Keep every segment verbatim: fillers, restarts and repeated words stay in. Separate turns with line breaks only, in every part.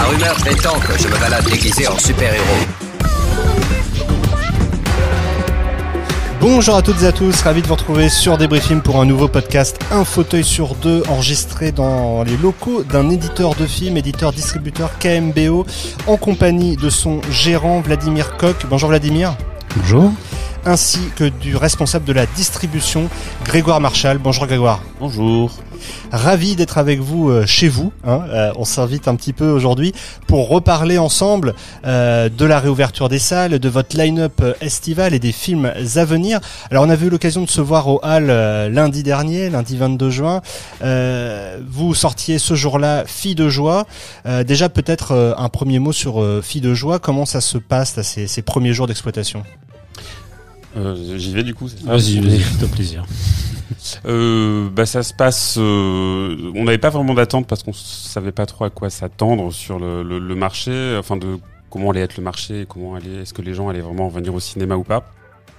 rumeur prétend que je me balade déguisé en super-héros.
Bonjour à toutes et à tous, ravi de vous retrouver sur Débriefing pour un nouveau podcast Un fauteuil sur deux, enregistré dans les locaux d'un éditeur de films, éditeur-distributeur K M B O, en compagnie de son gérant Vladimir Koch. Bonjour Vladimir.
Bonjour.
Ainsi que du responsable de la distribution, Grégoire Marchal. Bonjour Grégoire.
Bonjour.
Ravi d'être avec vous euh, chez vous. Hein. Euh, on s'invite un petit peu aujourd'hui pour reparler ensemble euh, de la réouverture des salles, de votre line-up estival et des films à venir. Alors on avait eu l'occasion de se voir au Hall euh, lundi dernier, lundi vingt-deux juin. Euh, vous sortiez ce jour-là Filles de joie. Euh, déjà peut-être euh, un premier mot sur euh, Filles de joie. Comment ça se passe là, ces, ces premiers jours d'exploitation?
Euh, j'y vais du coup. C'est ça
Vas-y, vas-y, fais-toi plaisir.
Euh, bah ça se passe. Euh, on n'avait pas vraiment d'attente parce qu'on savait pas trop à quoi s'attendre sur le, le, le marché, enfin de comment allait être le marché, comment allait, est-ce que les gens allaient vraiment venir au cinéma ou pas.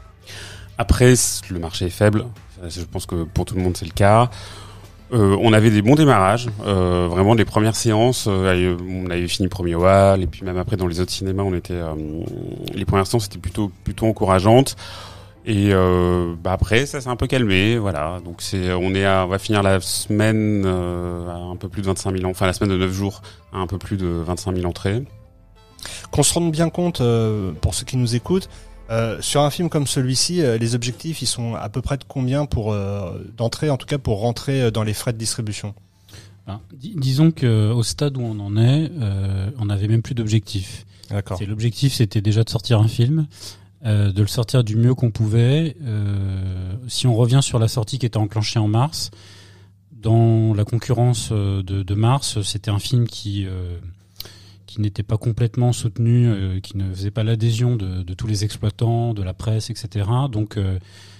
Après, le marché est faible. Je pense que pour tout le monde c'est le cas. Euh, on avait des bons démarrages, euh, vraiment les premières séances. Euh, on avait fini premier au Hall et puis même après dans les autres cinémas, on était. Euh, les premières séances étaient plutôt plutôt encourageantes. Et euh, bah après ça s'est un peu calmé, voilà. Donc c'est on est à, on va finir la semaine euh, à un peu plus de vingt-cinq mille, enfin la semaine de neuf jours à un peu plus de vingt-cinq mille entrées.
Qu'on se rende bien compte euh, pour ceux qui nous écoutent, euh, sur un film comme celui-ci, euh, les objectifs ils sont à peu près de combien pour euh, d'entrée, en tout cas pour rentrer dans les frais de distribution?
Ben, dis- disons que au stade où on en est, euh, on n'avait même plus d'objectif.
D'accord.
C'est l'objectif, c'était déjà de sortir un film. Euh, de le sortir du mieux qu'on pouvait. Euh, si on revient sur la sortie qui était enclenchée en mars, dans la concurrence de, de mars, c'était un film qui euh, qui n'était pas complètement soutenu, euh, qui ne faisait pas l'adhésion de, de tous les exploitants, de la presse, et cetera. Donc euh,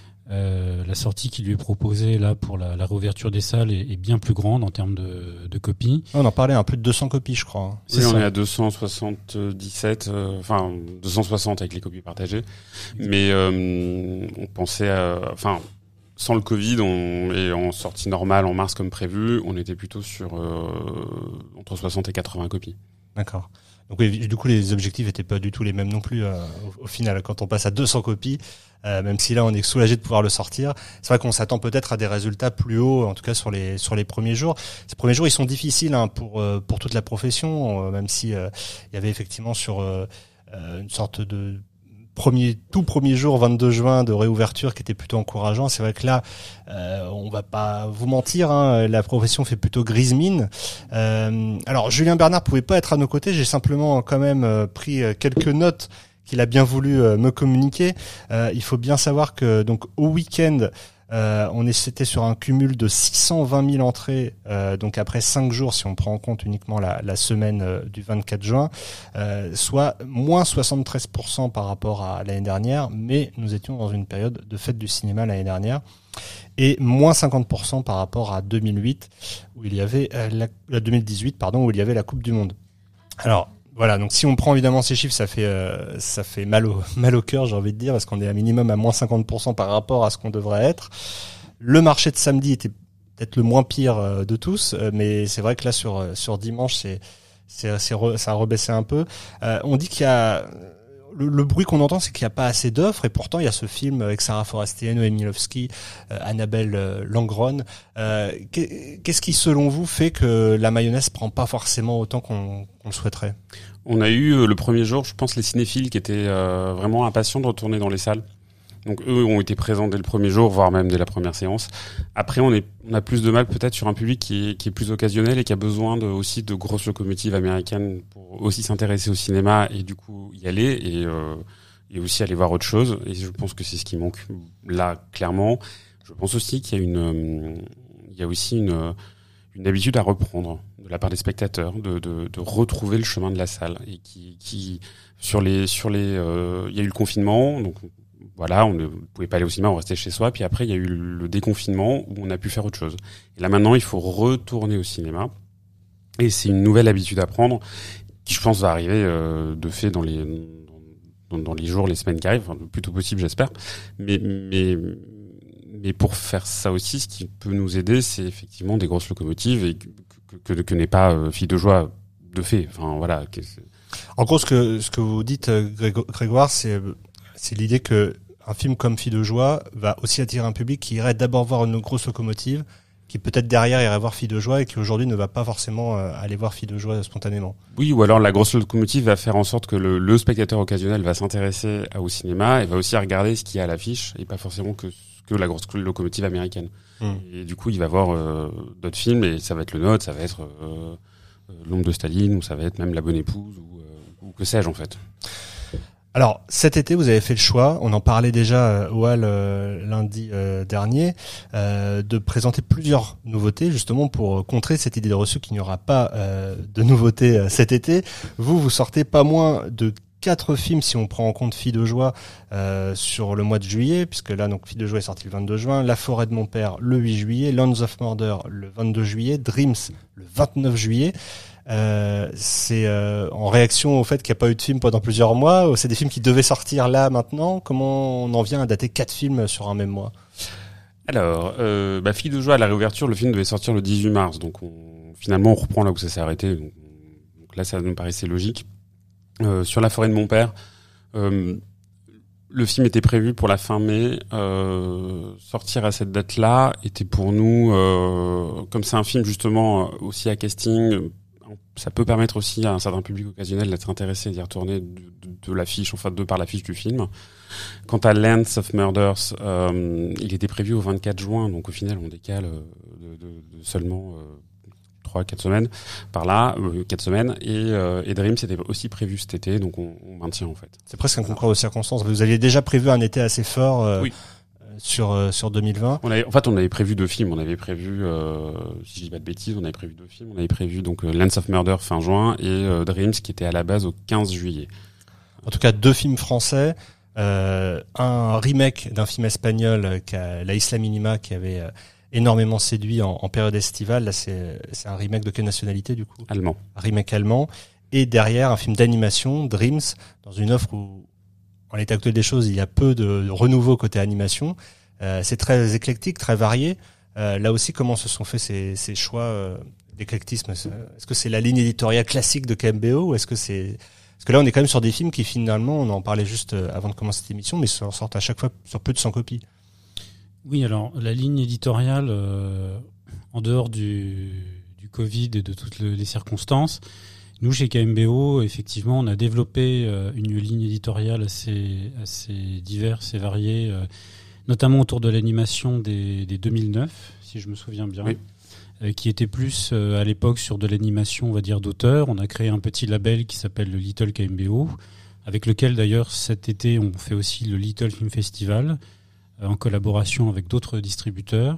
euh, la sortie qui lui est proposée là pour la, la réouverture des salles est, est bien plus grande en termes de, de copies.
On en parlait, un plus de deux cents copies, je crois.
Oui,
C'est
on
ça.
est à deux cent soixante-dix-sept, euh, enfin deux cent soixante avec les copies partagées. Mais euh, on pensait, à, enfin sans le Covid, on et en sortie normale en mars comme prévu, on était plutôt sur euh, entre soixante et quatre-vingts copies.
D'accord. Donc oui, du coup, les objectifs étaient pas du tout les mêmes non plus euh, au, au final. Quand on passe à deux cents copies, euh, même si là on est soulagé de pouvoir le sortir, c'est vrai qu'on s'attend peut-être à des résultats plus hauts, en tout cas sur les sur les premiers jours. Ces premiers jours, ils sont difficiles hein, pour euh, pour toute la profession, euh, même si euh, il y avait effectivement sur euh, euh, une sorte de premier tout premier jour vingt-deux juin de réouverture qui était plutôt encourageant. C'est vrai que là euh, on va pas vous mentir hein, la profession fait plutôt grise mine. Euh, alors Julien Bernard pouvait pas être à nos côtés, j'ai simplement quand même euh, pris euh, quelques notes qu'il a bien voulu euh, me communiquer. Euh, il faut bien savoir que donc au week-end Euh, on était sur un cumul de six cent vingt mille entrées, euh, donc après cinq jours, si on prend en compte uniquement la, la semaine euh, du vingt-quatre juin, euh, soit moins soixante-treize pour cent par rapport à l'année dernière, mais nous étions dans une période de fête du cinéma l'année dernière, et moins cinquante pour cent par rapport à deux mille huit, où il y avait euh, la, la deux mille dix-huit, pardon, où il y avait la Coupe du Monde. Alors, voilà, donc si on prend évidemment ces chiffres, ça fait euh, ça fait mal au mal au cœur, j'ai envie de dire, parce qu'on est à minimum à moins cinquante pour cent par rapport à ce qu'on devrait être. Le marché de samedi était peut-être le moins pire euh, de tous, euh, mais c'est vrai que là sur sur dimanche, c'est c'est, c'est re, ça a rebaissé un peu. Euh, on dit qu'il y a le, le bruit qu'on entend, c'est qu'il n'y a pas assez d'offres, et pourtant il y a ce film avec Sarah Forestier, Noémie Milowski, euh, Annabelle euh, Langron. Euh, qu'est-ce qui, selon vous, fait que la mayonnaise prend pas forcément autant qu'on, qu'on le souhaiterait?
On a eu euh, le premier jour, je pense, les cinéphiles qui étaient euh, vraiment impatients de retourner dans les salles. Donc eux ont été présents dès le premier jour, voire même dès la première séance. Après, on est, on a plus de mal peut-être sur un public qui est, qui est plus occasionnel et qui a besoin de, aussi de grosses locomotives américaines pour aussi s'intéresser au cinéma et du coup y aller et, euh, et aussi aller voir autre chose. Et je pense que c'est ce qui manque là clairement. Je pense aussi qu'il y a une, euh, il y a aussi une, une habitude à reprendre de la part des spectateurs de, de, de retrouver le chemin de la salle et qui, qui sur les, sur les, euh, il y a eu le confinement donc. Voilà, on ne pouvait pas aller au cinéma, on restait chez soi. Puis après, il y a eu le déconfinement où on a pu faire autre chose. Et là, maintenant, il faut retourner au cinéma. Et c'est une nouvelle habitude à prendre qui, je pense, va arriver euh, de fait dans les dans, dans les jours, les semaines qui arrivent, enfin, le plus tôt possible, j'espère. Mais mais mais pour faire ça aussi, ce qui peut nous aider, c'est effectivement des grosses locomotives et que que, que, que n'est pas euh, Filles de joie de fait. Enfin voilà.
En gros, ce que ce que vous dites, Grégo- Grégoire, c'est c'est l'idée que un film comme Filles de joie va aussi attirer un public qui irait d'abord voir une grosse locomotive, qui peut-être derrière irait voir Filles de joie et qui aujourd'hui ne va pas forcément euh, aller voir Filles de joie spontanément.
Oui, ou alors la grosse locomotive va faire en sorte que le, le spectateur occasionnel va s'intéresser au cinéma et va aussi regarder ce qu'il y a à l'affiche et pas forcément que que la grosse locomotive américaine. Mmh. Et du coup, il va voir euh, d'autres films et ça va être Le Nôtre, ça va être euh, L'ombre de Staline ou ça va être même La Bonne Épouse ou, euh, ou que sais-je en fait.
Alors cet été, vous avez fait le choix, on en parlait déjà au Hall euh, lundi euh, dernier, euh, de présenter plusieurs nouveautés justement pour contrer cette idée de reçu qu'il n'y aura pas euh, de nouveautés euh, cet été. Vous, vous sortez pas moins de quatre films si on prend en compte Filles de joie euh, sur le mois de juillet, puisque là donc Filles de joie est sorti le vingt-deux juin, La forêt de mon père le huit juillet, Lands of Murder le vingt-deux juillet, Dreams le vingt-neuf juillet. Euh, c'est euh, en réaction au fait qu'il n'y a pas eu de film pendant plusieurs mois. C'est des films qui devaient sortir là maintenant. Comment on en vient à dater quatre films sur un même mois?
Alors, euh, bah, Filles de joie à la réouverture, le film devait sortir le dix-huit mars, donc on, finalement on reprend là où ça s'est arrêté. Donc, donc là, ça nous paraissait logique. Euh, sur La forêt de mon père, euh, le film était prévu pour la fin mai. Euh, sortir à cette date-là était pour nous, euh, comme c'est un film justement aussi à casting, ça peut permettre aussi à un certain public occasionnel d'être intéressé, d'y retourner de, de, de l'affiche, enfin de par l'affiche du film. Quant à Lands of Murders, euh, il était prévu au vingt-quatre juin, donc au final on décale de, de, de seulement trois, euh, quatre semaines par là, euh, quatre semaines. Et, euh, et Dream c'était aussi prévu cet été, donc on, on maintient en fait.
C'est presque un concours de circonstances. Vous aviez déjà prévu un été assez fort. Euh...
Oui.
sur euh, sur deux mille vingt.
On avait, en fait, on avait prévu deux films. On avait prévu, euh, si je dis pas de bêtises, on avait prévu deux films. On avait prévu donc euh, Lands of Murder fin juin et euh, Dreams qui était à la base au quinze juillet.
En tout cas, deux films français, euh, un remake d'un film espagnol, qui a, La Isla Minima, qui avait euh, énormément séduit en, en période estivale. Là, c'est c'est un remake de quelle nationalité du coup?
Allemand.
Un remake allemand. Et derrière, un film d'animation, Dreams, dans une offre où en l'état actuel des choses, il y a peu de renouveau côté animation. Euh, c'est très éclectique, très varié. Euh, là aussi, comment se sont faits ces, ces choix euh, d'éclectisme? Est-ce que c'est la ligne éditoriale classique de K M B O ou est-ce que c'est... Parce que là, on est quand même sur des films qui finalement, on en parlait juste avant de commencer cette émission, mais sortent à chaque fois sur plus de cent copies.
Oui, alors la ligne éditoriale, euh, en dehors du, du Covid et de toutes le, les circonstances, nous, chez K M B O, effectivement, on a développé euh, une ligne éditoriale assez, assez diverse et variée, euh, notamment autour de l'animation des, des deux mille neuf, si je me souviens bien,
oui.
euh, qui était plus euh, à l'époque sur de l'animation, on va dire, d'auteur. On a créé un petit label qui s'appelle le Little K M B O, avec lequel, d'ailleurs, cet été, on fait aussi le Little Film Festival, euh, en collaboration avec d'autres distributeurs.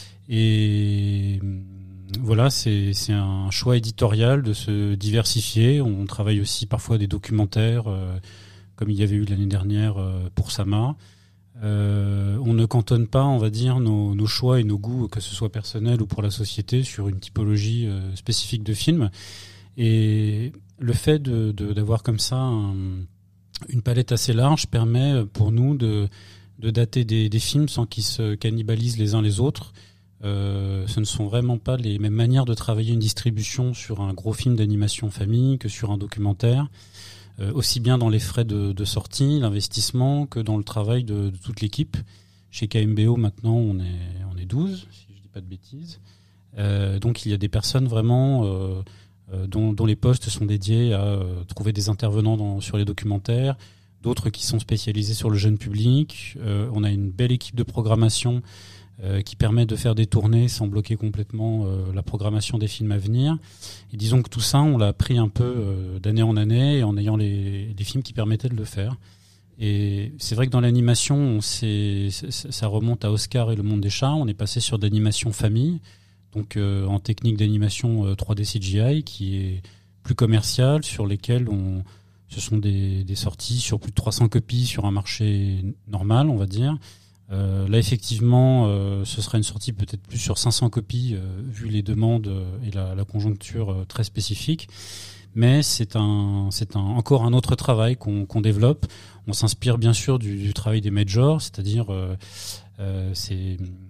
Et... Voilà, c'est c'est un choix éditorial de se diversifier. On travaille aussi parfois des documentaires, euh, comme il y avait eu l'année dernière euh, pour Sama. Euh, on ne cantonne pas, on va dire, nos, nos choix et nos goûts, que ce soit personnel ou pour la société, sur une typologie euh, spécifique de film. Et le fait de, de d'avoir comme ça un, une palette assez large permet pour nous de de dater des, des films sans qu'ils se cannibalisent les uns les autres. Euh, ce ne sont vraiment pas les mêmes manières de travailler une distribution sur un gros film d'animation famille que sur un documentaire, euh, aussi bien dans les frais de, de sortie, l'investissement, que dans le travail de, de toute l'équipe. Chez K M B O maintenant on est on est douze, si je dis pas de bêtises. Euh, donc il y a des personnes vraiment euh, euh, dont, dont les postes sont dédiés à euh, trouver des intervenants dans, sur les documentaires, d'autres qui sont spécialisés sur le jeune public. Euh, on a une belle équipe de programmation Euh, qui permet de faire des tournées sans bloquer complètement euh, la programmation des films à venir. Et disons que tout ça, on l'a appris un peu euh, d'année en année, en ayant les, les films qui permettaient de le faire. Et c'est vrai que dans l'animation, on s'est, ça remonte à Oscar et Le Monde des Chats. On est passé sur d'animation famille, donc euh, en technique d'animation euh, trois D C G I, qui est plus commerciale, sur lesquelles on, ce sont des, des sorties sur plus de trois cents copies sur un marché normal, on va dire. Euh, là, effectivement, euh, ce sera une sortie peut-être plus sur cinq cents copies, euh, vu les demandes euh, et la, la conjoncture euh, très spécifique. Mais c'est un, c'est un, encore un autre travail qu'on, qu'on développe. On s'inspire bien sûr du, du travail des majors, c'est-à-dire euh, euh, c'est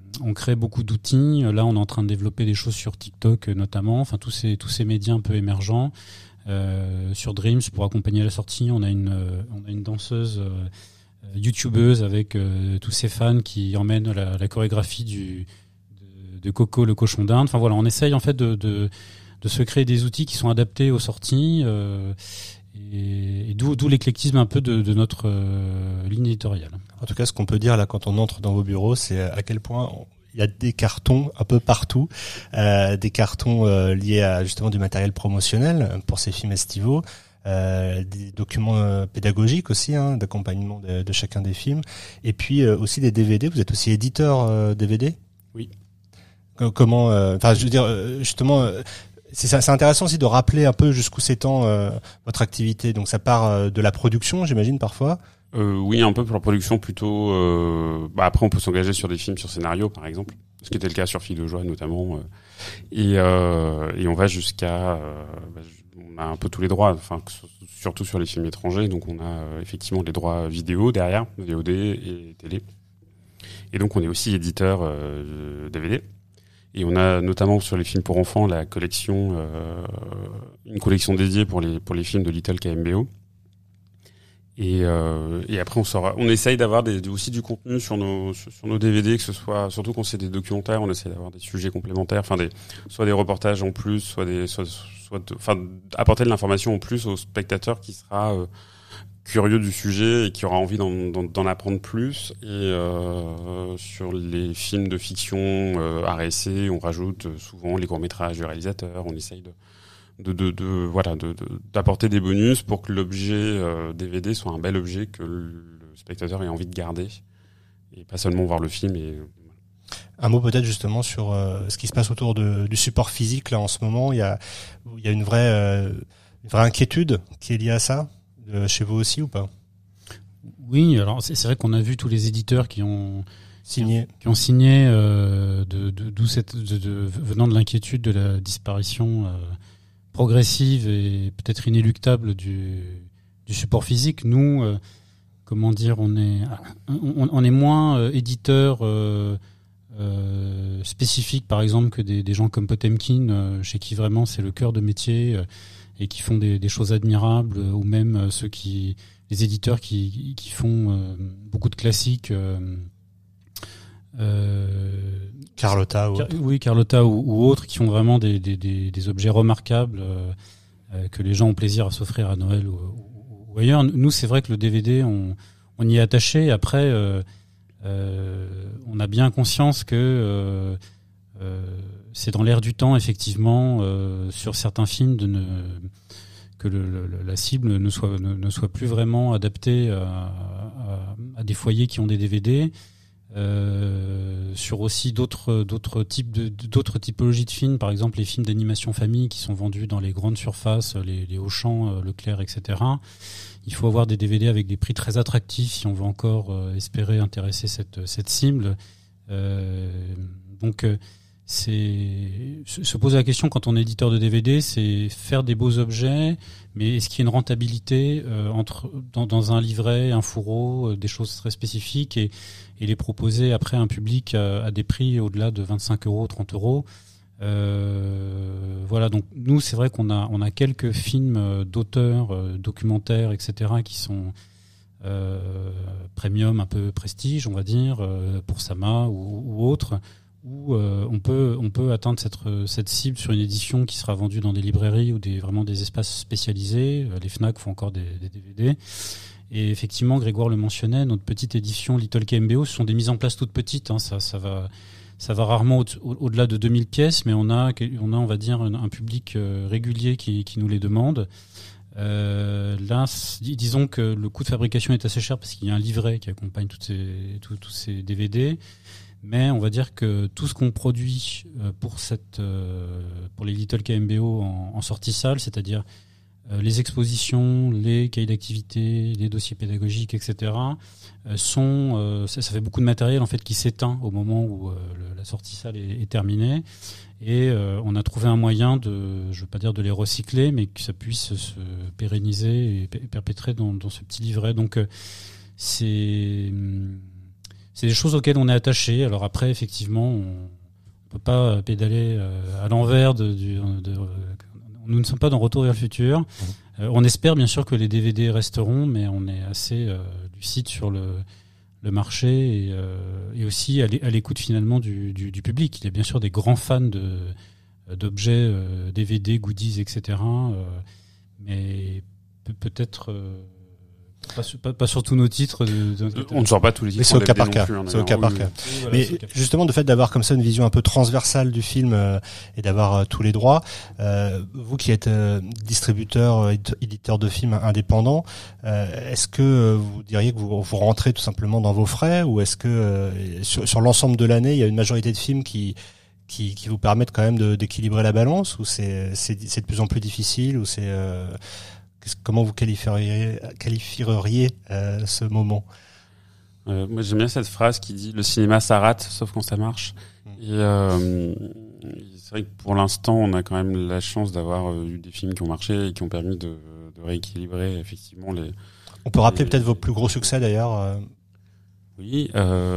on crée beaucoup d'outils. Là, on est en train de développer des choses sur TikTok notamment. Enfin, tous ces tous ces médias un peu émergents. Euh, sur Dreams, pour accompagner la sortie, on a une euh, on a une danseuse euh, youtubeuse avec euh, tous ses fans qui emmènent la, la chorégraphie du de, de Coco le cochon d'Inde. Enfin voilà, on essaye en fait de de, de se créer des outils qui sont adaptés aux sorties. Euh, Et, et d'où, d'où l'éclectisme un peu de, de notre euh, ligne éditoriale.
En tout cas, ce qu'on peut dire là quand on entre dans vos bureaux, c'est à quel point il y a des cartons un peu partout, euh, des cartons euh, liés à justement du matériel promotionnel pour ces films estivaux, euh, des documents euh, pédagogiques aussi, hein, d'accompagnement de, de chacun des films, et puis euh, aussi des D V D. Vous êtes aussi éditeur euh, D V D ?
Oui.
Comment, enfin, euh, je veux dire, justement. Euh, C'est, c'est intéressant aussi de rappeler un peu jusqu'où s'étend euh, votre activité. Donc ça part euh, de la production, j'imagine, parfois.
Euh, oui, un peu pour la production plutôt. Euh, bah après, on peut s'engager sur des films sur scénario, par exemple, ce qui était le cas sur Fille de joie notamment. Euh, et, euh, et on va jusqu'à. Euh, bah, on a un peu tous les droits, enfin surtout sur les films étrangers. Donc on a euh, effectivement les droits vidéo derrière, V O D et télé. Et donc on est aussi éditeur euh, D V D. Et on a notamment sur les films pour enfants la collection, euh, une collection dédiée pour les pour les films de Little K M B O. Et euh, et après on sort, on essaye d'avoir des, aussi du contenu sur nos sur, sur nos D V D, que ce soit surtout quand c'est des documentaires, on essaye d'avoir des sujets complémentaires, enfin des soit des reportages en plus, soit des soit soit de, enfin apporter de l'information en plus au spectateur qui sera euh, curieux du sujet et qui aura envie d'en, d'en, d'en apprendre plus. Et euh, sur les films de fiction euh, R S C, on rajoute souvent les courts-métrages du réalisateur. On essaye de, de, de, de voilà, de, de, d'apporter des bonus pour que l'objet euh, D V D soit un bel objet que le spectateur ait envie de garder et pas seulement voir le film. Et
un mot peut-être justement sur euh, ce qui se passe autour de, du support physique là en ce moment. Il y a, il y a une vraie, euh, une vraie inquiétude qui est liée à ça. Euh, chez vous aussi ou pas ?
Oui, alors c'est, c'est vrai qu'on a vu tous les éditeurs qui ont
signé,
qui ont signé euh, de, de, d'où cette, de, de, venant de l'inquiétude de la disparition euh, progressive et peut-être inéluctable du, du support physique. Nous, euh, comment dire, on est, on, on est moins euh, éditeur euh, euh, spécifique, par exemple, que des, des gens comme Potemkin, euh, chez qui vraiment c'est le cœur de métier. Euh, et qui font des, des choses admirables, ou même ceux qui, les éditeurs qui, qui font euh, beaucoup de classiques. Euh, euh,
Carlotta, ou
Car, oui, Carlotta ou, ou autres, qui font vraiment des, des, des, des objets remarquables euh, euh, que les gens ont plaisir à s'offrir à Noël ou, ou, ou ailleurs. Nous, c'est vrai que le D V D, on, on y est attaché. Après, euh, euh, on a bien conscience que euh, euh, c'est dans l'air du temps, effectivement, euh, sur certains films, de ne, que le, le, la cible ne soit, ne, ne soit plus vraiment adaptée à, à, à des foyers qui ont des D V D. Euh, sur aussi d'autres, d'autres types de, d'autres typologies de films, par exemple les films d'animation famille qui sont vendus dans les grandes surfaces, les, les Auchan, Leclerc, et cetera. Il faut avoir des D V D avec des prix très attractifs si on veut encore euh, espérer intéresser cette, cette cible. Euh, donc, euh, c'est se poser la question quand on est éditeur de D V D, c'est faire des beaux objets, mais est-ce qu'il y a une rentabilité euh, entre dans, dans un livret, un fourreau, euh, des choses très spécifiques et, et les proposer après à un public à, à des prix au-delà de vingt-cinq euros, trente euros. Euh, voilà, donc nous c'est vrai qu'on a on a quelques films d'auteurs, euh, documentaires, et cetera qui sont euh, premium, un peu prestige, on va dire, euh, pour Sama ou, ou autres. Où euh, on peut on peut atteindre cette cette cible sur une édition qui sera vendue dans des librairies ou des vraiment des espaces spécialisés. Les Fnac font encore des, des D V D. Et effectivement, Grégoire le mentionnait, notre petite édition Little K M B O, ce sont des mises en place toutes petites. Hein, ça ça va ça va rarement au, au, au-delà de deux mille pièces, mais on a on a on va dire un, un public euh, régulier qui qui nous les demande. Euh, là, disons que le coût de fabrication est assez cher parce qu'il y a un livret qui accompagne toutes ces tous tous ces D V D. Mais on va dire que tout ce qu'on produit pour cette, pour les Little K M B O en, en sortie salle, c'est-à-dire les expositions, les cahiers d'activité, les dossiers pédagogiques, et cetera, sont, ça, ça fait beaucoup de matériel en fait qui s'éteint au moment où le, la sortie salle est, est terminée. Et on a trouvé un moyen de, je veux pas dire de les recycler, mais que ça puisse se pérenniser et perpétrer dans, dans ce petit livret. Donc c'est c'est des choses auxquelles on est attaché. Alors après, effectivement, on, on peut pas pédaler euh, à l'envers de, du, de, de nous ne sommes pas dans Retour vers le futur. Mmh. Euh, on espère bien sûr que les D V D resteront, mais on est assez euh, lucide sur le, le marché et, euh, et aussi à l'écoute finalement du, du, du public. Il y a bien sûr des grands fans de, d'objets euh, D V D, goodies, et cetera. Euh, mais peut- peut-être euh, pas, sur, pas, pas sur tous nos titres. De, de, de,
on ne sort pas tous les titres.
Mais c'est au cas par cas.
Plus,
c'est au cas
oui,
par
oui.
cas.
Oui, voilà,
mais
c'est au cas par
justement, de fait d'avoir comme ça une vision un peu transversale du film euh, et d'avoir euh, tous les droits, euh, vous qui êtes euh, distributeur, euh, éditeur de films indépendant, euh, est-ce que euh, vous diriez que vous, vous rentrez tout simplement dans vos frais, ou est-ce que euh, sur, sur l'ensemble de l'année, il y a une majorité de films qui qui, qui vous permettent quand même de, d'équilibrer la balance, ou c'est, c'est, c'est de plus en plus difficile, ou c'est euh, comment vous qualifieriez, qualifieriez euh, ce moment?
Euh, moi, j'aime bien cette phrase qui dit « Le cinéma, ça rate, sauf quand ça marche mmh. ». Et euh, c'est vrai que pour l'instant, on a quand même la chance d'avoir euh, eu des films qui ont marché et qui ont permis de, de rééquilibrer effectivement les...
On peut rappeler
les,
peut-être vos plus gros succès d'ailleurs euh...
Oui,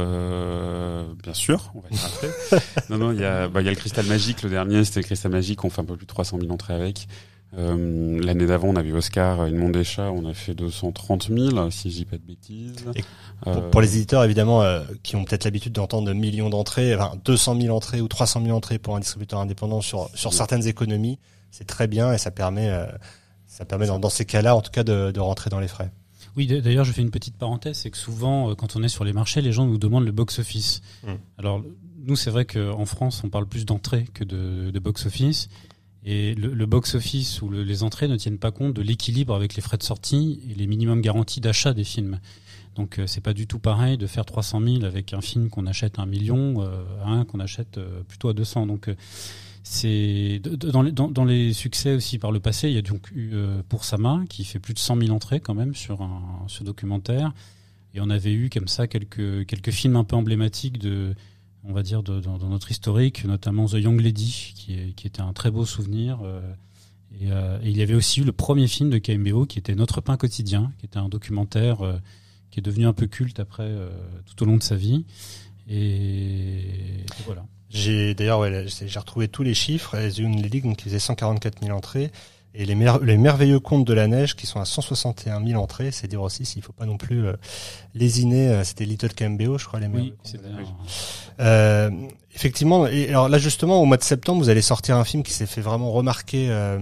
euh, bien sûr, on va y rappeler. non, non, il y a, bah, il y a le Cristal Magique, le dernier, c'était le Cristal Magique, on fait un peu plus de trois cent mille entrées avec. Euh, l'année d'avant, on avait Oscar, Une Monde des Chats, on a fait deux cent trente mille, si je dis pas de bêtises.
Et pour,
euh,
pour les éditeurs, évidemment, euh, qui ont peut-être l'habitude d'entendre millions d'entrées, enfin, deux cent mille entrées ou trois cent mille entrées pour un distributeur indépendant sur, sur oui. certaines économies, c'est très bien et ça permet, euh, ça permet dans, dans ces cas-là, en tout cas, de, de rentrer dans les frais.
Oui, d'ailleurs, je fais une petite parenthèse, c'est que souvent, quand on est sur les marchés, les gens nous demandent le box-office. Mmh. Alors, nous, c'est vrai qu'en France, on parle plus d'entrées que de, de box-office. Et le, le box-office ou le, les entrées ne tiennent pas compte de l'équilibre avec les frais de sortie et les minimums garantis d'achat des films. Donc, euh, c'est pas du tout pareil de faire trois cent mille avec un film qu'on achète à un million euh, à un qu'on achète euh, plutôt à deux cents. Donc, euh, c'est dans les, dans, dans les succès aussi par le passé, il y a donc eu euh, Pour Sama qui fait plus de cent mille entrées quand même sur un ce documentaire, et on avait eu comme ça quelques quelques films un peu emblématiques de, on va dire, de, dans, dans notre historique, notamment The Young Lady qui est, qui était un très beau souvenir, euh, et, euh, et il y avait aussi eu le premier film de K M B O qui était Notre pain quotidien, qui était un documentaire euh, qui est devenu un peu culte après euh, tout au long de sa vie, et, et voilà.
J'ai d'ailleurs ouais, j'ai retrouvé tous les chiffres. The Young Lady donc qui faisait cent quarante-quatre mille entrées, et les, mer- les merveilleux contes de la neige qui sont à cent soixante et un mille entrées. C'est dire aussi s'il faut pas non plus euh, lésiner. Euh, c'était Little K M B O, je crois, les merveilleux
oui,
contes de la neige.
Euh...
Euh, effectivement. Et alors là justement, au mois de septembre, vous allez sortir un film qui s'est fait vraiment remarquer euh,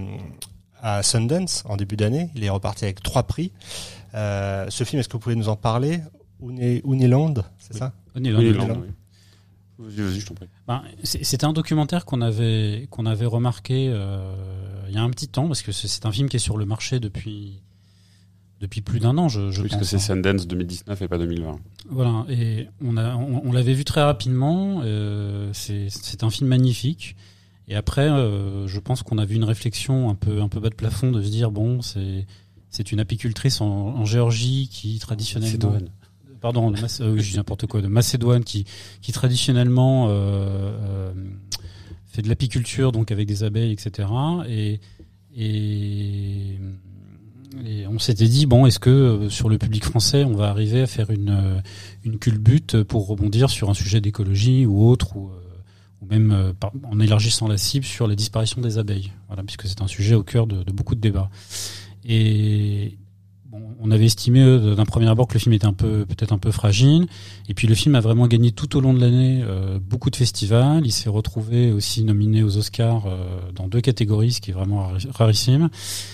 à Sundance en début d'année. Il est reparti avec trois prix. Euh, ce film, est-ce que vous pouvez nous en parler? Uniland, c'est
oui.
ça?
Uniland.
Uniland, oui. Vas-y, vas-y, je t'en prie.
Ben, c'était un documentaire qu'on avait qu'on avait remarqué euh, il y a un petit temps, parce que c'est un film qui est sur le marché depuis depuis plus d'un an, je, je
Puisque
pense.
c'est Sundance deux mille dix-neuf et pas deux mille vingt.
Voilà, et on a on, on l'avait vu très rapidement. Euh, c'est c'est un film magnifique. Et après, euh, je pense qu'on a vu une réflexion un peu un peu bas de plafond de se dire bon, c'est c'est une apicultrice en, en Géorgie qui traditionnellement. Pardon, de Mac- euh, oui, je dis n'importe quoi, de Macédoine, qui, qui traditionnellement euh, euh, fait de l'apiculture, donc avec des abeilles, et cetera. Et, et, et on s'était dit, bon, est-ce que euh, sur le public français, on va arriver à faire une, une culbute pour rebondir sur un sujet d'écologie ou autre, ou, euh, ou même euh, par, en élargissant la cible sur la disparition des abeilles, voilà, puisque c'est un sujet au cœur de, de beaucoup de débats. Et bon, on avait estimé euh, d'un premier abord que le film était un peu, peut-être un peu fragile. Et puis le film a vraiment gagné tout au long de l'année euh, beaucoup de festivals. Il s'est retrouvé aussi nominé aux Oscars euh, dans deux catégories, ce qui est vraiment rarissime.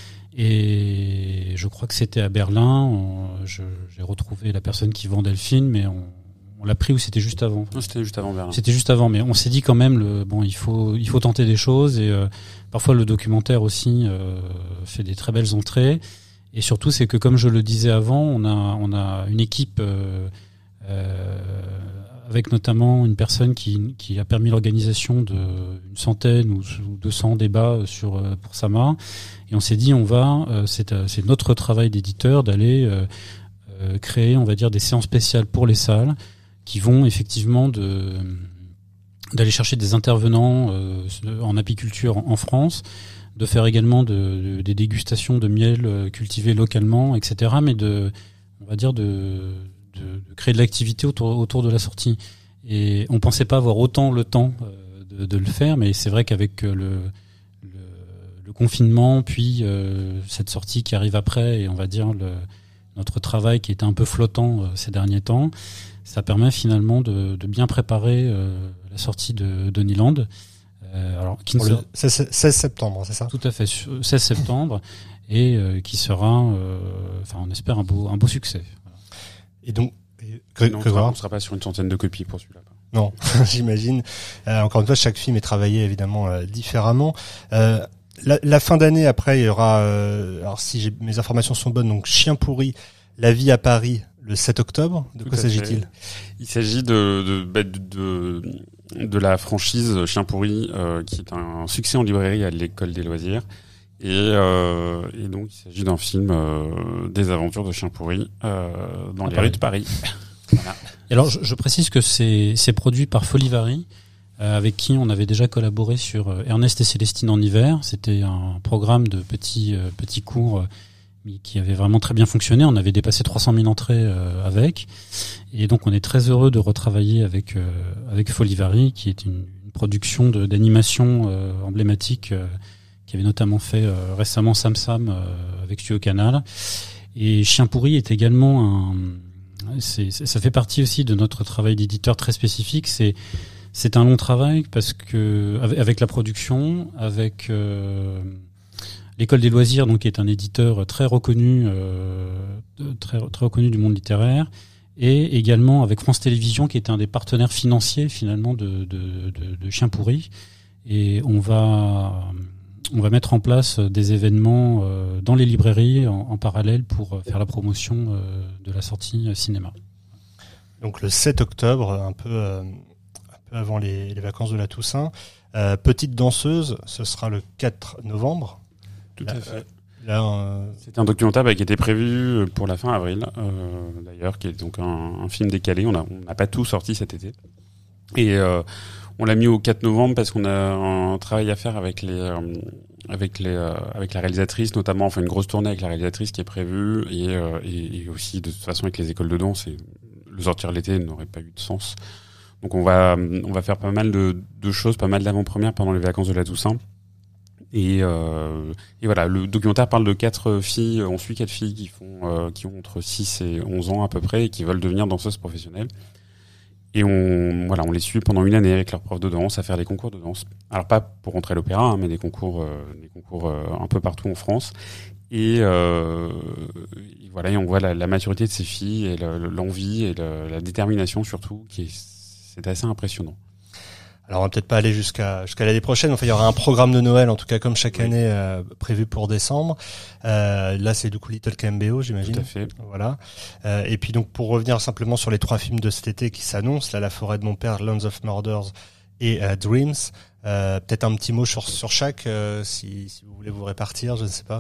Et je crois que c'était à Berlin. On, je, j'ai retrouvé la personne qui vendait le film, mais on, on l'a pris ou c'était juste avant.
Non, c'était juste avant Berlin.
C'était juste avant, mais on s'est dit quand même, le, bon, il faut, il faut tenter des choses. Et euh, parfois le documentaire aussi euh, fait des très belles entrées. Et surtout, c'est que comme je le disais avant, on a on a une équipe euh, euh, avec notamment une personne qui qui a permis l'organisation de une centaine ou deux cents débats sur pour Sama. Et on s'est dit, on va, euh, c'est c'est notre travail d'éditeur d'aller euh, euh, créer, on va dire, des séances spéciales pour les salles qui vont effectivement de d'aller chercher des intervenants euh, en apiculture en, en France, de faire également de, de, des dégustations de miel cultivé localement, et cetera. Mais de, on va dire de, de, de créer de l'activité autour, autour de la sortie. Et on pensait pas avoir autant le temps euh, de, de le faire, mais c'est vrai qu'avec le, le, le confinement, puis euh, cette sortie qui arrive après, et on va dire le, notre travail qui était un peu flottant euh, ces derniers temps, ça permet finalement de, de bien préparer euh, la sortie de Honeyland. Euh, alors, qui ne
le
sera...
seize septembre, c'est ça?
Tout à fait, seize septembre, et euh, qui sera, euh, enfin, on espère un beau, un beau succès. Voilà.
Et donc, et,
que, non, on ne sera pas sur une centaine de copies pour celui-là.
Non, j'imagine. Euh, encore une fois, chaque film est travaillé évidemment euh, différemment. Euh, la, la fin d'année, après, il y aura, euh, alors si j'ai, mes informations sont bonnes, donc Chien pourri, La vie à Paris, le sept octobre. De
Tout
quoi s'agit-il?
Il s'agit de de, de, de, de la franchise Chien pourri, euh, qui est un succès en librairie à l'école des loisirs. Et, euh, et donc, il s'agit d'un film euh, des aventures de Chien pourri euh, dans à les Paris. rues de Paris. Voilà.
Et alors, je, je précise que c'est, c'est produit par Folivari, euh, avec qui on avait déjà collaboré sur euh, Ernest et Célestine en hiver. C'était un programme de petits euh, petits cours euh, qui avait vraiment très bien fonctionné. On avait dépassé trois cent mille entrées euh, avec. Et donc, on est très heureux de retravailler avec euh, avec Folivari, qui est une, une production de, d'animation euh, emblématique, euh, qui avait notamment fait euh, récemment Sam Sam euh, avec Studio Canal. Et Chien pourri est également un... C'est, ça fait partie aussi de notre travail d'éditeur très spécifique. C'est, c'est un long travail parce que avec la production, avec euh, l'école des loisirs, donc qui est un éditeur très reconnu, euh, très très reconnu du monde littéraire, et également avec France Télévisions, qui est un des partenaires financiers finalement de de, de, de Chien pourri. Et on va on va mettre en place des événements euh, dans les librairies en, en parallèle pour faire la promotion euh, de la sortie cinéma.
Donc le sept octobre, un peu, euh, un peu avant les, les vacances de la Toussaint. Euh, Petite danseuse, ce sera le quatre novembre.
Tout
là,
à fait.
Là, euh...
C'était un documentaire bah, qui était prévu pour la fin avril, euh, d'ailleurs, qui est donc un, un film décalé. On n'a on n'a pas tout sorti cet été. Et euh, on l'a mis au quatre novembre parce qu'on a un travail à faire avec les euh, avec les euh, avec la réalisatrice, notamment enfin une grosse tournée avec la réalisatrice qui est prévue, et, euh, et, et aussi de toute façon avec les écoles de danse. Et le sortir l'été n'aurait pas eu de sens. Donc on va on va faire pas mal de, de choses, pas mal d'avant-premières pendant les vacances de la Toussaint. Et, euh, et voilà, le documentaire parle de quatre filles. On suit quatre filles qui font euh, qui ont entre six et onze ans à peu près et qui veulent devenir danseuses professionnelles. Et on, voilà, on les suit pendant une année avec leur prof de danse à faire des concours de danse. Alors pas pour rentrer à l'opéra, hein, mais des concours, euh, des concours euh, un peu partout en France. Et, euh, et voilà, et on voit la, la maturité de ces filles et le, l'envie et le, la détermination surtout, qui est, c'est assez impressionnant.
Alors on va peut-être pas aller jusqu'à jusqu'à l'année prochaine. Enfin, il y aura un programme de Noël, en tout cas comme chaque
oui.
année, euh, prévu pour décembre. Euh, là, c'est du coup Little K M B O, j'imagine.
Tout à fait.
Voilà. Euh, et puis donc pour revenir simplement sur les trois films de cet été qui s'annoncent, là, La forêt de mon père, Lands of Murders et euh, Dreams. Euh, peut-être un petit mot sur sur chaque, euh, si si vous voulez vous répartir, je ne sais pas.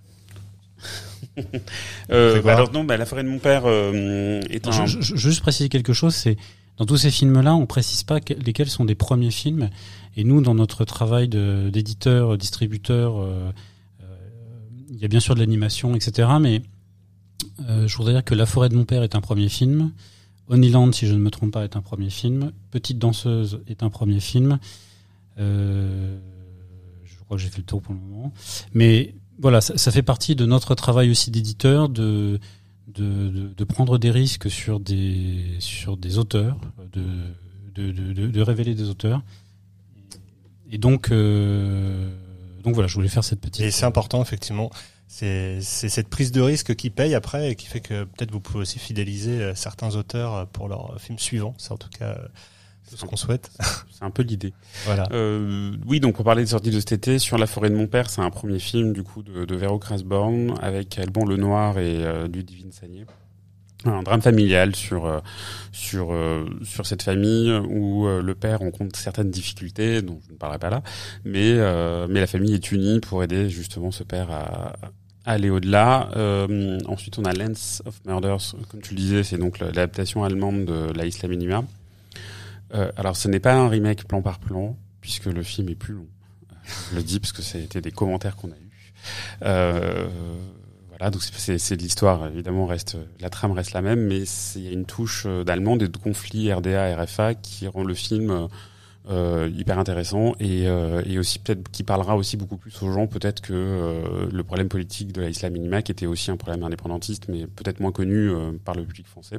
euh, bah alors non, bah, La forêt de mon père euh, est un.
Je, je, juste préciser quelque chose, c'est dans tous ces films-là, on précise pas que, lesquels sont des premiers films. Et nous, dans notre travail de, d'éditeur, distributeur, euh, euh, il y a bien sûr de l'animation, et cetera. Mais euh, je voudrais dire que La forêt de mon père est un premier film. Honeyland, si je ne me trompe pas, est un premier film. Petite danseuse est un premier film. Euh, je crois que j'ai fait le tour pour le moment. Mais voilà, ça, ça fait partie de notre travail aussi d'éditeur, de De, de, de prendre des risques sur des sur des auteurs, de de, de, de révéler des auteurs. Et donc euh, donc voilà, je voulais faire cette petite.
Et c'est important effectivement. C'est c'est cette prise de risque qui paye après et qui fait que peut-être vous pouvez aussi fidéliser certains auteurs pour leurs films suivants. C'est en tout cas c'est ce qu'on souhaite.
C'est un peu l'idée.
Voilà.
Euh, oui, donc pour parler des sorties de cet été, sur La forêt de mon père, c'est un premier film du coup de, de Véro Krasborn avec Alban Lenoir et euh, Ludivine Sagné. Un drame familial sur euh, sur euh, sur cette famille où euh, le père rencontre certaines difficultés dont je ne parlerai pas là, mais euh, mais la famille est unie pour aider justement ce père à, à aller au-delà. Euh, ensuite, on a Lands of Murders, comme tu le disais, c'est donc l'adaptation allemande de La Isla Minima. Euh, alors, ce n'est pas un remake plan par plan, puisque le film est plus long. Je le dis parce que ça a été des commentaires qu'on a eus. Euh, Voilà, donc c'est, c'est, c'est de l'histoire, évidemment, reste, la trame reste la même, mais il y a une touche d'allemande et de conflit R D A R F A qui rend le film euh, hyper intéressant et, euh, et aussi peut-être qui parlera aussi beaucoup plus aux gens, peut-être que euh, le problème politique de la Isla Minima, qui était aussi un problème indépendantiste, mais peut-être moins connu euh, par le public français.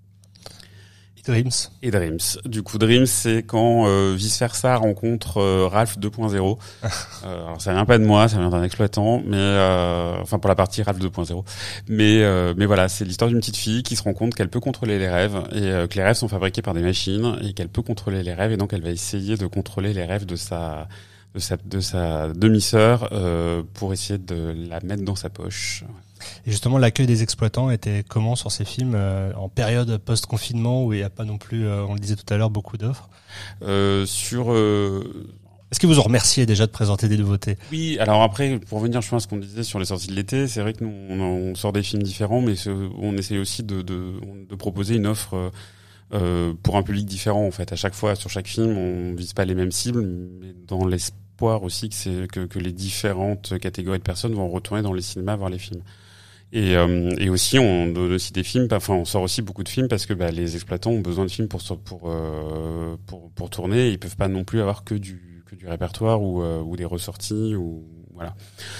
Dreams.
Et Dreams. Du coup, Dreams, c'est quand euh, Vice Versa rencontre euh, Ralph deux point zéro. euh, alors, ça vient pas de moi, ça vient d'un exploitant, mais euh, enfin pour la partie Ralph deux point zéro. Mais euh, mais voilà, c'est l'histoire d'une petite fille qui se rend compte qu'elle peut contrôler les rêves et euh, que les rêves sont fabriqués par des machines et qu'elle peut contrôler les rêves et donc elle va essayer de contrôler les rêves de sa de sa de sa demi-sœur euh, pour essayer de la mettre dans sa poche.
Et justement, l'accueil des exploitants était comment sur ces films euh, en période post-confinement où il n'y a pas non plus, euh, on le disait tout à l'heure, beaucoup d'offres
euh, Sur... Euh...
Est-ce qu'ils vous ont remercié déjà de présenter des nouveautés ?
Oui, alors après, pour revenir, je pense, à ce qu'on disait sur les sorties de l'été, c'est vrai que nous, on, on sort des films différents, mais on essaye aussi de, de, de proposer une offre euh, pour un public différent, en fait. À chaque fois, sur chaque film, on vise pas les mêmes cibles, mais dans l'espoir aussi que, c'est, que, que les différentes catégories de personnes vont retourner dans les cinémas voir les films. Et, euh, et aussi on donne aussi des films, enfin on sort aussi beaucoup de films parce que bah, les exploitants ont besoin de films pour pour euh, pour pour tourner. Et ils peuvent pas non plus avoir que du que du répertoire ou euh, ou des ressorties ou voilà.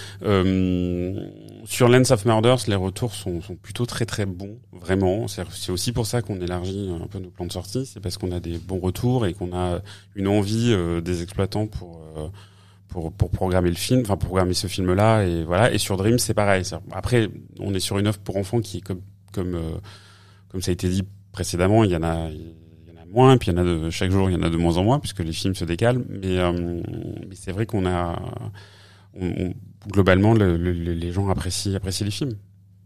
Euh, sur Lens of Murders, les retours sont sont plutôt très très bons, vraiment. C'est c'est aussi pour ça qu'on élargit un peu nos plans de sortie, c'est parce qu'on a des bons retours et qu'on a une envie euh, des exploitants pour euh, pour pour programmer le film, enfin pour programmer ce film-là et voilà. Et sur Dream, c'est pareil. Après, on est sur une offre pour enfants qui est comme comme euh, comme ça a été dit précédemment, il y en a il y en a moins, puis il y en a de chaque jour, il y en a de moins en moins puisque les films se décalent. Mais euh, mais c'est vrai qu'on a on, on, globalement le, le, les gens apprécient apprécient les films.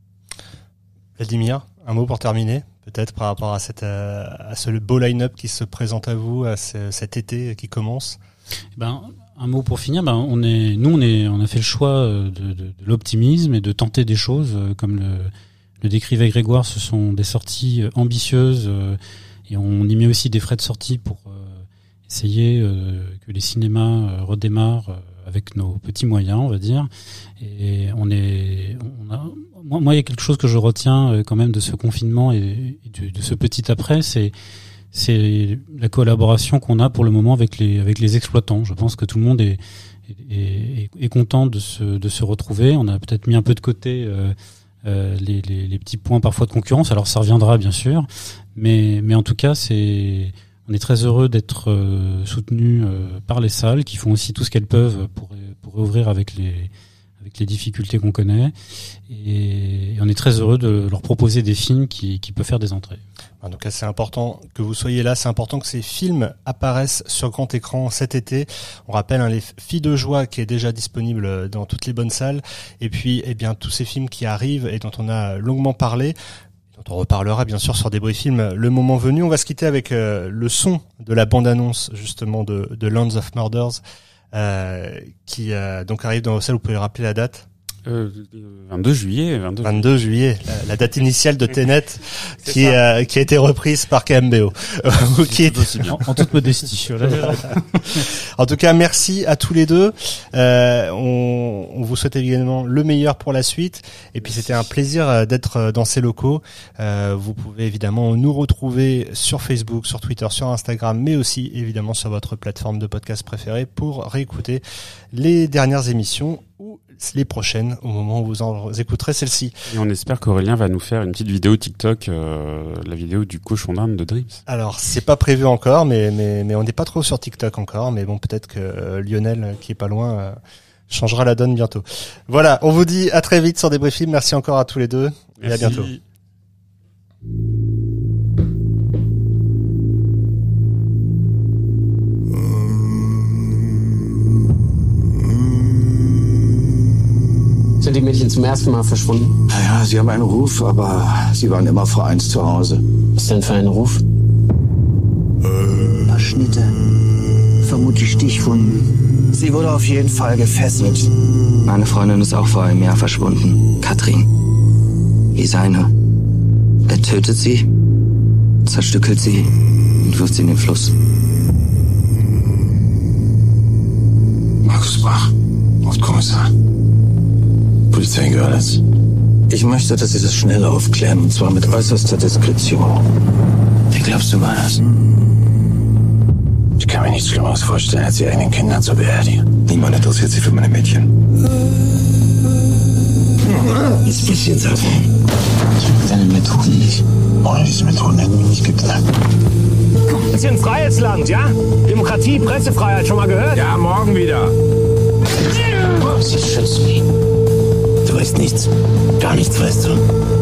Vladimir, un mot pour terminer, peut-être par rapport à cette euh, à ce beau line-up qui se présente à vous, à ce, cet été qui commence.
Ben un mot pour finir, ben on est, nous on est, on a fait le choix de, de, de l'optimisme et de tenter des choses, comme le, le décrivait Grégoire. Ce sont des sorties ambitieuses et on y met aussi des frais de sortie pour essayer que les cinémas redémarrent avec nos petits moyens, on va dire. Et on est, on a, moi, moi il y a quelque chose que je retiens quand même de ce confinement et de, de ce petit après, c'est c'est la collaboration qu'on a pour le moment avec les avec les exploitants. Je pense que tout le monde est est, est content de se de se retrouver. On a peut-être mis un peu de côté euh, euh, les, les les petits points parfois de concurrence. Alors ça reviendra bien sûr, mais mais en tout cas c'est on est très heureux d'être euh, soutenus euh, par les salles qui font aussi tout ce qu'elles peuvent pour pour réouvrir avec les avec les difficultés qu'on connaît, et on est très heureux de leur proposer des films qui, qui peuvent faire des entrées.
En tout cas, c'est important que vous soyez là, c'est important que ces films apparaissent sur grand écran cet été. On rappelle hein, les Filles de joie qui est déjà disponible dans toutes les bonnes salles, et puis eh bien tous ces films qui arrivent et dont on a longuement parlé, dont on reparlera bien sûr sur Débrief Film le moment venu. On va se quitter avec euh, le son de la bande-annonce justement de, de Lands of Murders. Euh, qui euh, donc arrive dans vos salles. Vous pouvez rappeler la date?
Euh, vingt-deux juillet. vingt-deux,
vingt-deux juillet, la, la date initiale de Tenet qui, euh, qui a été reprise par K M B O. qui est
en, en toute modestie.
En tout cas, merci à tous les deux. Euh, on, on vous souhaite évidemment le meilleur pour la suite. Et puis c'était un plaisir d'être dans ces locaux. Euh, vous pouvez évidemment nous retrouver sur Facebook, sur Twitter, sur Instagram, mais aussi évidemment sur votre plateforme de podcast préférée pour réécouter les dernières émissions ou les prochaines au moment où vous en écouterez celle-ci.
Et on espère qu'Aurélien va nous faire une petite vidéo TikTok, euh, la vidéo du cochon d'Inde de Dreams.
Alors c'est pas prévu encore, mais mais mais on n'est pas trop sur TikTok encore, mais bon peut-être que euh, Lionel qui est pas loin euh, changera la donne bientôt. Voilà, on vous dit à très vite sur Débrief Film. Merci encore à tous les deux.
Merci.
Et à bientôt.
Sind die Mädchen zum ersten Mal verschwunden?
Naja, sie haben einen Ruf, aber sie waren immer vor eins zu Hause.
Was denn für ein Ruf?
Ein paar Schnitte. Vermutlich Stichwunden. Sie wurde auf jeden Fall gefesselt.
Meine Freundin ist auch vor einem Jahr verschwunden. Katrin. Wie seine. Er tötet sie, zerstückelt sie und wirft sie in den Fluss.
Markus Bach, Hauptkommissar. Polizei Görlitz. Ich möchte, dass Sie das schnell aufklären, und zwar mit äußerster Diskretion.
Wie glaubst du, war das?
Ich kann mir nichts Schlimmeres vorstellen, als die eigenen Kinder zu beerdigen.
Niemand interessiert sich für meine Mädchen.
Jetzt bist du jetzt auf.
Ich mag deine Methoden nicht.
Ohne diese Methoden hätten wir nicht geklappt.
Das ist hier ein Freiheitsland, ja? Demokratie, Pressefreiheit, schon mal gehört? Ja, morgen wieder.
Sie schützt mich. Du weißt nichts. Gar nichts weißt du.